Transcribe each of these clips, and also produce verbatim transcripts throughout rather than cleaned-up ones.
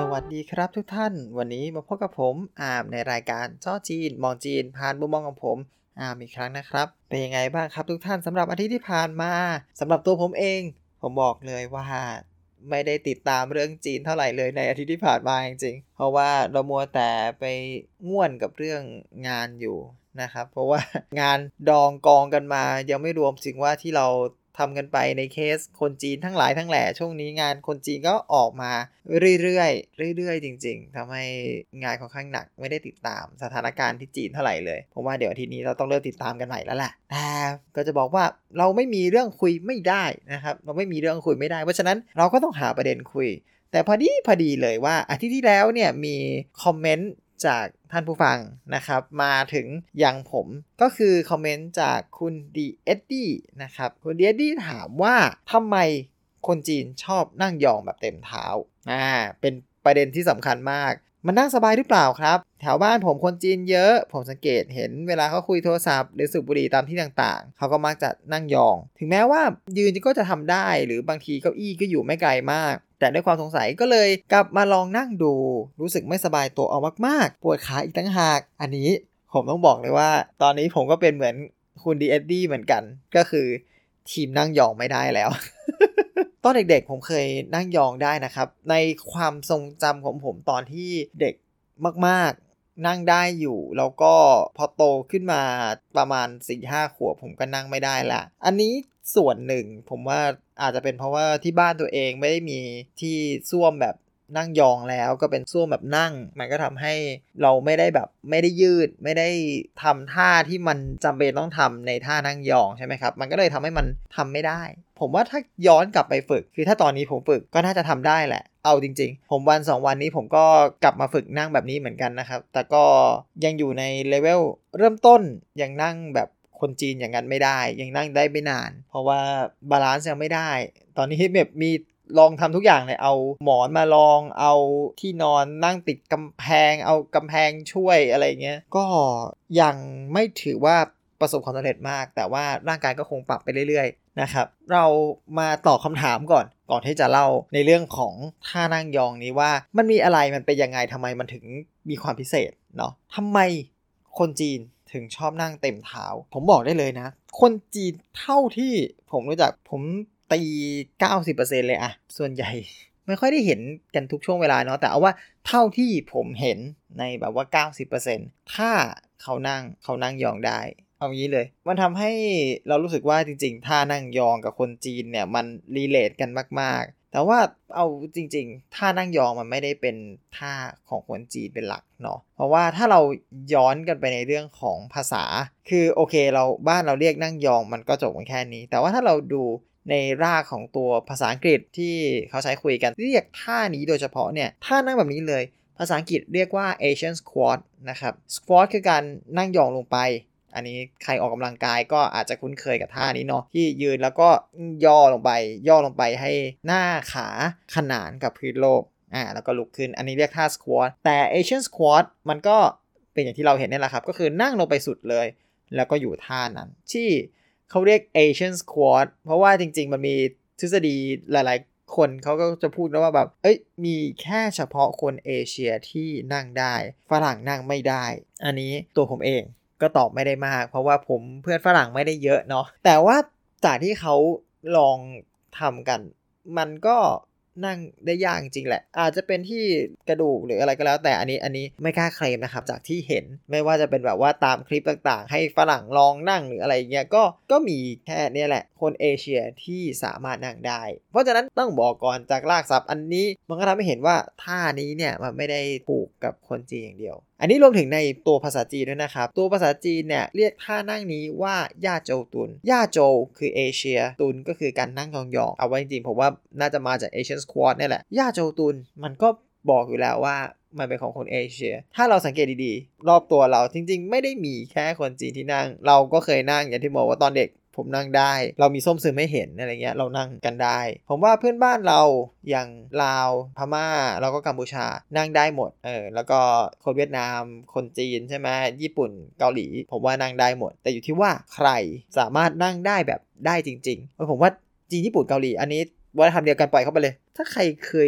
วัสดีครับทุกท่านวันนี้มาพบกับผมอาร์มในรายการเจาะจีนมองจีนผ่านมุมมองของผมอาร์มอีกครั้งนะครับเป็นยังไงบ้างครับทุกท่านสำหรับอาทิตย์ที่ผ่านมาสำหรับตัวผมเองผมบอกเลยว่าไม่ได้ติดตามเรื่องจีนเท่าไหร่เลยในอาทิตย์ที่ผ่านมาจริงๆเพราะว่าเรามัวแต่ไปง่วนกับเรื่องงานอยู่นะครับเพราะว่างานดองกองกันมายังไม่รวมถึงว่าที่เราทำกันไปในเคสคนจีนทั้งหลายทั้งแหล่ช่วงนี้งานคนจีนก็ออกมาเรื่อยๆเรื่อยๆจริงๆทำให้งานค่อนข้างหนักไม่ได้ติดตามสถานการณ์ที่จีนเท่าไหร่เลยเพราะว่าเดี๋ยวอาทิตย์นี้เราต้องเริ่มติดตามกันใหม่แล้วแหละแต่ก็จะบอกว่าเราไม่มีเรื่องคุยไม่ได้นะครับเราไม่มีเรื่องคุยไม่ได้เพราะฉะนั้นเราก็ต้องหาประเด็นคุยแต่พอดีพอดีเลยว่าอาทิตย์ที่แล้วเนี่ยมีคอมเมนต์จากท่านผู้ฟังนะครับมาถึงยังผมก็คือคอมเมนต์จากคุณดีเอ็ดดี้นะครับคุณดีเอ็ดดี้ถามว่าทำไมคนจีนชอบนั่งยองแบบเต็มเท้าอ่าเป็นประเด็นที่สำคัญมากมันนั่งสบายหรือเปล่าครับแถวบ้านผมคนจีนเยอะผมสังเกตเห็นเวลาเขาคุยโทรศัพท์หรือสูบบุหรี่ตามที่ต่างๆเขาก็มักจะนั่งยองถึงแม้ว่ายืนก็จะทำได้หรือบางทีเก้าอี้ก็อยู่ไม่ไกลมากแต่ด้วยความสงสัยก็เลยกลับมาลองนั่งดูรู้สึกไม่สบายตัวเอามากๆปวดขาอีกตั้งหากอันนี้ผมต้องบอกเลยว่าตอนนี้ผมก็เป็นเหมือนคุณดีเอ็ดดี้เหมือนกันก็คือทีมนั่งยองไม่ได้แล้ว ตอนเด็กๆผมเคยนั่งยองได้นะครับในความทรงจำของผมตอนที่เด็กมากๆนั่งได้อยู่แล้วก็พอโตขึ้นมาประมาณ สี่ห้า ขวบผมก็นั่งไม่ได้ละอันนี้ส่วนหนึ่งผมว่าอาจจะเป็นเพราะว่าที่บ้านตัวเองไม่ได้มีที่ส้วมแบบนั่งยองแล้วก็เป็นส้วมแบบนั่งมันก็ทำให้เราไม่ได้แบบไม่ได้ยืดไม่ได้ทำท่าที่มันจำเป็นต้องทำในท่านั่งยองใช่ไหมครับมันก็เลยทำให้มันทำไม่ได้ผมว่าถ้าย้อนกลับไปฝึกคือถ้าตอนนี้ผมฝึกก็น่าจะทำได้แหละเอาจริงๆผมวันสองวันนี้ผมก็กลับมาฝึกนั่งแบบนี้เหมือนกันนะครับแต่ก็ยังอยู่ในเลเวลเริ่มต้นยังนั่งแบบคนจีนอย่างนั้นไม่ได้ยังนั่งได้ไม่นานเพราะว่าบาลานซ์ยังไม่ได้ตอนนี้แบบมีลองทำทุกอย่างเลยเอาหมอนมาลองเอาที่นอนนั่งติดกำแพงเอากำแพงช่วยอะไรเงี้ยก็ยังไม่ถือว่าประสบความสำเร็จมากแต่ว่าร่างกายก็คงปรับไปเรื่อยๆนะครับเรามาตอบคำถามก่อนก่อนที่จะเล่าในเรื่องของท่านั่งยองนี้ว่ามันมีอะไรมันเป็นยังไงทำไมมันถึงมีความพิเศษเนาะทำไมคนจีนถึงชอบนั่งเต็มเท้าผมบอกได้เลยนะคนจีนเท่าที่ผมรู้จักผมตี เก้าสิบเปอร์เซ็นต์ เลยอะส่วนใหญ่ไม่ค่อยได้เห็นกันทุกช่วงเวลาเนาะแต่เอาว่าเท่าที่ผมเห็นในแบบว่า เก้าสิบเปอร์เซ็นต์ ถ้าเขานั่งเขานั่งยองได้เอางี้เลยมันทำให้เรารู้สึกว่าจริงๆท่านั่งยองกับคนจีนเนี่ยมันรีเลทกันมากๆแต่ว่าเอาจริงๆท่านั่งยองมันไม่ได้เป็นท่าของคนจีนเป็นหลักเนาะเพราะว่าถ้าเราย้อนกันไปในเรื่องของภาษาคือโอเคเราบ้านเราเรียกนั่งยองมันก็จบกันแค่นี้แต่ว่าถ้าเราดูในรากของตัวภาษาอังกฤษที่เขาใช้คุยกันเรียกท่านี้โดยเฉพาะเนี่ยท่านั่งแบบนี้เลยภาษาอังกฤษเรียกว่า Asian squat นะครับ squat คือการนั่งยองลงไปอันนี้ใครออกกำลังกายก็อาจจะคุ้นเคยกับท่านี้เนาะที่ยืนแล้วก็ย่อลงไปย่อลงไปให้หน้าขาขนานกับพื้นโลกอ่าแล้วก็ลุกขึ้นอันนี้เรียกท่า squat แต่ Asian squat มันก็เป็นอย่างที่เราเห็นนี่แหละครับก็คือนั่งลงไปสุดเลยแล้วก็อยู่ท่านั้นที่เขาเรียก Asian squat เพราะว่าจริงๆมันมีทฤษฎีหลายๆคนเขาก็จะพูดนะว่าแบบเอ้ยมีแค่เฉพาะคนเอเชียที่นั่งได้ฝรั่งนั่งไม่ได้อันนี้ตัวผมเองก็ตอบไม่ได้มากเพราะว่าผมเพื่อนฝรั่งไม่ได้เยอะเนาะแต่ว่าจากที่เขาลองทำกันมันก็นั่งได้ยากจริงแหละอาจจะเป็นที่กระดูกหรืออะไรก็แล้วแต่อันนี้อันนี้ไม่กล้าเคลมนะครับจากที่เห็นไม่ว่าจะเป็นแบบว่าตามคลิปต่างๆให้ฝรั่งลองนั่งหรืออะไรเงี้ยก็ก็มีแค่นี้แหละคนเอเชียที่สามารถนั่งได้เพราะฉะนั้นต้องบอกก่อนจากรากศัพท์อันนี้มันก็ทำให้เห็นว่าท่านี้เนี่ยมันไม่ได้ผูกกับคนจีนอย่างเดียวอันนี้รวมถึงในตัวภาษาจีนด้วยนะครับตัวภาษาจีนเนี่ยเรียกท่านั่งนี้ว่าย่าโจวตุนย่าโจวคือเอเชียตุนก็คือการนั่งยองๆเอาไว้จริงๆผมว่าน่าจะมาจาก Asian squat นี่แหละย่าโจวตุนมันก็บอกอยู่แล้วว่ามันเป็นของคนเอเชียถ้าเราสังเกตดีๆรอบตัวเราจริงๆไม่ได้มีแค่คนจีนที่นั่งเราก็เคยนั่งอย่างที่บอกว่าตอนเด็กผมนั่งได้เรามีส้มซึมไม่เห็นอะไรเงี้ยเรานั่งกันได้ผมว่าเพื่อนบ้านเราอย่างลาวพม่าแล้วก็กัมพูชานั่งได้หมดเออแล้วก็คนเวียดนามคนจีนใช่ไหมญี่ปุ่นเกาหลีผมว่านั่งได้หมดแต่อยู่ที่ว่าใครสามารถนั่งได้แบบได้จริงๆผมว่าจีนญี่ปุ่นเกาหลีอันนี้วัฒนธรรมเดียวกันปล่อยเข้าไปเลยถ้าใครเคย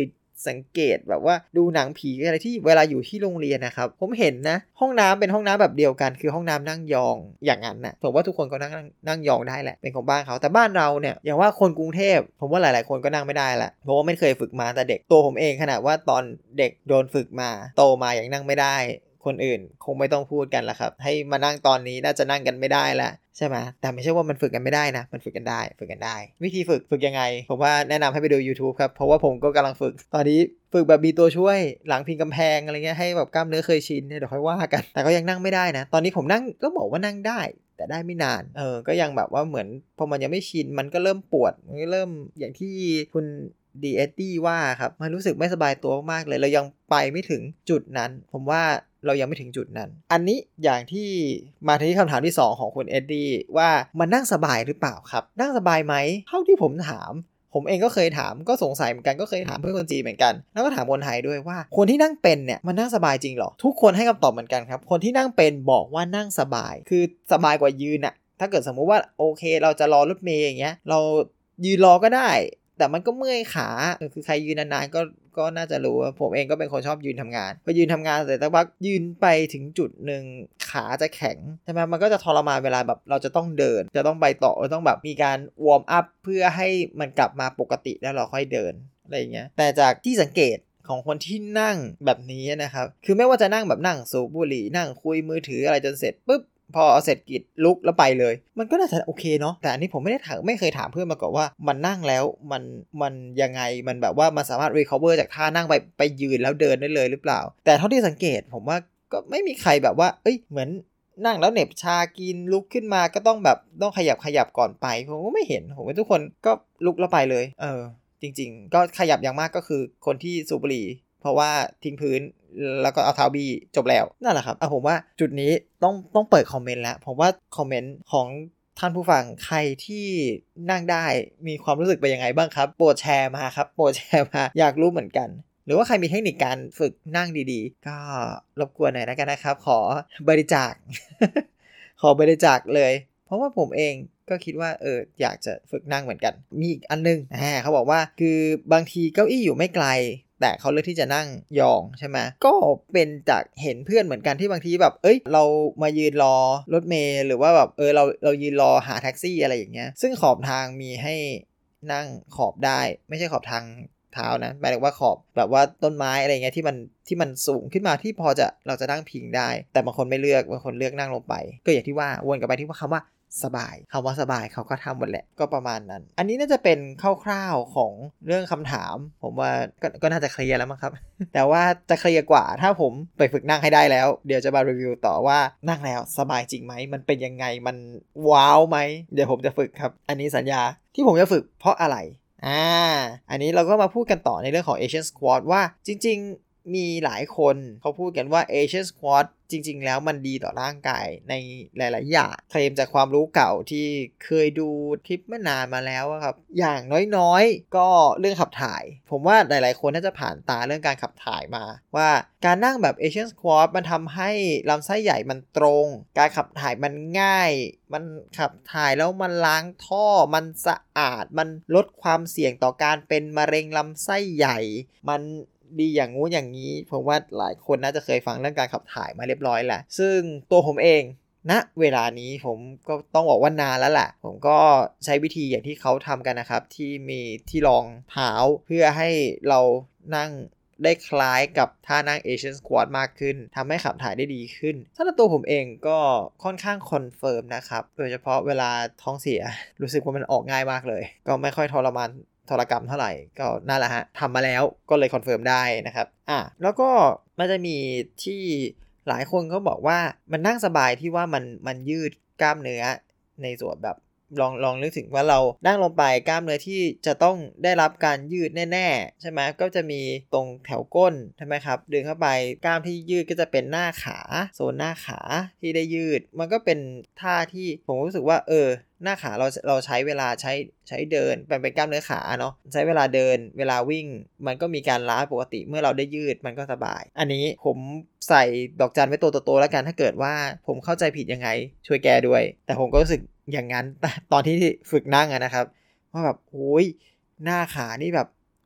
สังเกตแบบว่าดูหนังผีอะไรที่เวลาอยู่ที่โรงเรียนนะครับผมเห็นนะห้องน้ำเป็นห้องน้ำแบบเดียวกันคือห้องน้ำนั่งยองอย่างนั้นนะผมว่าทุกคนก็นั่งนั่งยองได้แหละเป็นของบ้านเขาแต่บ้านเราเนี่ยอย่างว่าคนกรุงเทพผมว่าหลายๆคนก็นั่งไม่ได้แหละเพราะว่าไม่เคยฝึกมาแต่เด็กตัวผมเองขนาดว่าตอนเด็กโดนฝึกมาโตมาอย่างนั่งไม่ได้คนอื่นคงไม่ต้องพูดกันละครับให้มานั่งตอนนี้น่าจะนั่งกันไม่ได้ละใช่ไหมแต่ไม่ใช่ว่ามันฝึกกันไม่ได้นะมันฝึกกันได้ฝึกกันได้วิธีฝึกฝึกยังไงผมว่าแนะนำให้ไปดู YouTube ครับเพราะว่าผมก็กำลังฝึกตอนนี้ฝึกแบบมีตัวช่วยหลังพิงกำแพงอะไรเงี้ยให้แบบกล้ามเนื้อเคยชินเดี๋ยวค่อยว่ากันแต่ก็ยังนั่งไม่ได้นะตอนนี้ผมนั่งก็บอกว่านั่งได้แต่ได้ไม่นานเออก็ยังแบบว่าเหมือนพอมันยังไม่ชินมันก็เริ่มปวดมันก็เริ่มอย่างที่คุณดีเอสดี้ว่าครับมันรู้สึกไม่สบายตัวมากเลยเรายังไปไม่ถึงจุดนั้นผมว่าเรายังไม่ถึงจุดนั้นอันนี้อย่างที่มาที่คำถามที่สองของคุณเอ็ดดี้ว่ามันนั่งสบายหรือเปล่าครับนั่งสบายไหมเท่าที่ผมถามผมเองก็เคยถามก็สงสัยเหมือนกันก็เคยถามเพื่อนคนจีนเหมือนกันแล้วก็ถามคนไทยด้วยว่าคนที่นั่งเป็นเนี่ยมันนั่งสบายจริงหรอทุกคนให้คำตอบเหมือนกันครับคนที่นั่งเป็นบอกว่านั่งสบายคือสบายกว่ายืนอะถ้าเกิดสมมุติว่าโอเคเราจะรอรถเมล์อย่างเงี้ยเรายืนรอก็ได้แต่มันก็เมื่อยขาคือใครยืนนานๆก็ก็น่าจะรู้ว่าผมเองก็เป็นคนชอบยืนทำงานพอยืนทำงานเสร็จสักพักยืนไปถึงจุดหนึ่งขาจะแข็งใช่ไหมมันก็จะทรมานเวลาแบบเราจะต้องเดินจะต้องไปต่อต้องแบบมีการวอร์มอัพเพื่อให้มันกลับมาปกติแล้วเราค่อยเดินอะไรอย่างเงี้ยแต่จากที่สังเกตของคนที่นั่งแบบนี้นะครับคือไม่ว่าจะนั่งแบบนั่งสูบบุหรี่นั่งคุยมือถืออะไรจนเสร็จปุ๊บพอเสร็จกิจลุกแล้วไปเลยมันก็น่าจะโอเคเนาะแต่อันนี้ผมไม่ได้ถามไม่เคยถามเพื่อนมาก่อนว่ามันนั่งแล้วมันมันยังไงมันแบบว่ามันสามารถ recover จากท่านั่งไปไปยืนแล้วเดินได้เลยหรือเปล่าแต่เท่าที่สังเกตผมว่าก็ไม่มีใครแบบว่าเอ้ยเหมือนนั่งแล้วเหน็บชากินลุกขึ้นมาก็ต้องแบบต้องขยับขยับก่อนไปผมก็ไม่เห็นผมว่าทุกคนก็ลุกแล้วไปเลยเออจริงๆก็ขยับอย่างมากก็คือคนที่สูบบุหรี่เพราะว่าทิ้งพื้นแล้วก็เอาเท้าบี้จบแล้วนั่นแหละครับเอาผมว่าจุดนี้ต้องต้องเปิดคอมเมนต์แล้วผมว่าคอมเมนต์ของท่านผู้ฟังใครที่นั่งได้มีความรู้สึกเป็นยังไงบ้างครับโปรดแชร์มาครับโปรดแชร์มาอยากรู้เหมือนกันหรือว่าใครมีเทคนิคการฝึกนั่งดีๆก็รบกวนหน่อยนะกันนะครับขอบริจาค ขอบริจาคเลยเพราะว่าผมเองก็คิดว่าเอออยากจะฝึกนั่งเหมือนกันมีอีกอันนึงอ่าเขาบอกว่าคือบางทีเก้าอี้อยู่ไม่ไกลแต่เขาเลือกที่จะนั่งยองใช่ไหมก็เป็นจากเห็นเพื่อนเหมือนกันที่บางทีแบบเอ้ยเรามายืนรอรถเมล์หรือว่าแบบเออเราเรายืนรอหาแท็กซี่อะไรอย่างเงี้ยซึ่งขอบทางมีให้นั่งขอบได้ไม่ใช่ขอบทางเท้านะหมายถึงว่าขอบแบบว่าต้นไม้อะไรเงี้ยที่มันที่มันสูงขึ้นมาที่พอจะเราจะนั่งพิงได้แต่บางคนไม่เลือกบางคนเลือกนั่งลงไปก็อย่างที่ว่าวนกลับไปที่ว่าคำว่าสบายคำว่าสบายเขาก็ทำหมดแหละก็ประมาณนั้นอันนี้น่าจะเป็นคร่าวๆของเรื่องคำถามผมว่าก็ก็น่าจะเคลียร์แล้วมั้งครับ แต่ว่าจะเคลียร์กว่าถ้าผมไปฝึกนั่งให้ได้แล้วเดี๋ยวจะมารีวิวต่อว่านั่งแล้วสบายจริงไหมมันเป็นยังไงมันว้าวไหมเดี๋ยวผมจะฝึกครับอันนี้สัญญาที่ผมจะฝึกเพราะอะไรอ่าอันนี้เราก็มาพูดกันต่อในเรื่องของ Asian Squat ว่าจริงๆมีหลายคนเขาพูดกันว่า Asian Squat จริงๆแล้วมันดีต่อร่างกายในหลายๆอย่างเคลมจากความรู้เก่าที่เคยดูคลิปเมื่อนานมาแล้วครับอย่างน้อยๆก็เรื่องขับถ่ายผมว่าหลายๆคนน่าจะผ่านตาเรื่องการขับถ่ายมาว่าการนั่งแบบ Asian Squat มันทำให้ลำไส้ใหญ่มันตรงการขับถ่ายมันง่ายมันขับถ่ายแล้วมันล้างท่อมันสะอาดมันลดความเสี่ยงต่อการเป็นมะเร็งลำไส้ใหญ่มันดีอย่างงู้นอย่างนี้ผมว่าหลายคนน่าจะเคยฟังเรื่องการขับถ่ายมาเรียบร้อยแหละซึ่งตัวผมเองณนะเวลานี้ผมก็ต้องบอกว่านานแล้วแหละผมก็ใช้วิธีอย่างที่เขาทำกันนะครับที่มีที่รองเท้าเพื่อให้เรานั่งได้คล้ายกับท่านั่ง Asian Squat มากขึ้นทำให้ขับถ่ายได้ดีขึ้นถ้าตัวผมเองก็ค่อนข้างคอนเฟิร์มนะครับโดยเฉพาะเวลาท้องเสียรู้สึกว่ามันออกง่ายมากเลยก็ไม่ค่อยทรมานทรกรรมเท่าไหร่ก็นั่นแหละฮะทำมาแล้วก็เลยคอนเฟิร์มได้นะครับอ่ะแล้วก็มันจะมีที่หลายคนเขาบอกว่ามันนั่งสบายที่ว่ามันมันยืดกล้ามเนื้อในส่วนแบบลองลองนึกถึงว่าเรานั่งลงไปกล้ามเนื้อที่จะต้องได้รับการยืดแน่ๆใช่ไหมก็จะมีตรงแถวก้นใช่ไหมครับดึงเข้าไปกล้ามที่ยืดก็จะเป็นหน้าขาโซนหน้าขาที่ได้ยืดมันก็เป็นท่าที่ผมรู้สึกว่าเออหน้าขาเราเราใช้เวลาใช้ใช้เดินเป็นเป็นกล้ามเนื้อขาเนาะใช้เวลาเดินเวลาวิ่งมันก็มีการล้าปกติเมื่อเราได้ยืดมันก็สบายอันนี้ผมใส่ดอกจันไว้ตัวโตๆแล้วกันถ้าเกิดว่าผมเข้าใจผิดยังไงช่วยแก้ด้วยแต่ผมก็รู้สึกอย่างนั้นตอนที่ฝึกนั่งอะนะครับว่าแบบโอ้ยหน้าขานี่แบบ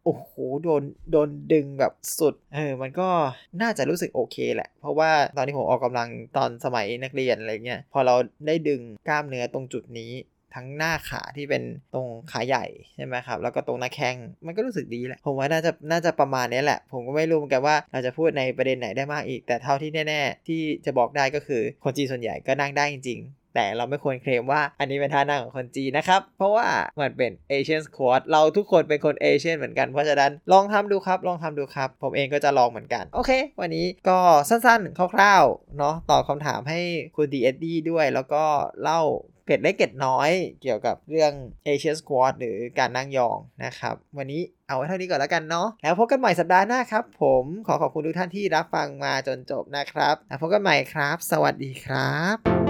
โอ้โหโดนโดนดึงแบบสุดเออมันก็น่าจะรู้สึกโอเคแหละเพราะว่าตอนที่ผมออกกำลังตอนสมัยนักเรียนอะไรเงี้ยพอเราได้ดึงกล้ามเนื้อตรงจุดนี้ทั้งหน้าขาที่เป็นตรงขาใหญ่ใช่ไหมครับแล้วก็ตรงหน้าแข้งมันก็รู้สึกดีแหละผมว่าน่าจะน่าจะประมาณนี้แหละผมก็ไม่รู้เหมือนกันว่าเราจะพูดในประเด็นไหนได้มากอีกแต่เท่าที่แน่ๆที่จะบอกได้ก็คือคนจีนส่วนใหญ่ก็นั่งได้จริงๆแต่เราไม่ควรเคลมว่าอันนี้เป็นท่านั่งของคนจีนนะครับเพราะว่ามันเป็น Asian Squat เราทุกคนเป็นคนเอเชียนเหมือนกันเพราะฉะนั้นลองทำดูครับลองทำดูครับผมเองก็จะลองเหมือนกันโอเควันนี้ก็สั้นๆคร่าวๆเนาะตอบคำถามให้คุณ ดี เอ็ด ดี้ ด้วยแล้วก็เล่าเกร็ดเล็กเกร็ดน้อยเกี่ยวกับเรื่อง Asian Squat หรือการนั่งยองนะครับวันนี้เอาไว้เท่านี้ก่อนแล้วกันเนาะแล้วพบกันใหม่สัปดาห์หน้าครับผมขอขอบคุณทุกท่านที่รับฟังมาจนจบนะครับแล้วพบกันใหม่ครับสวัสดีครับ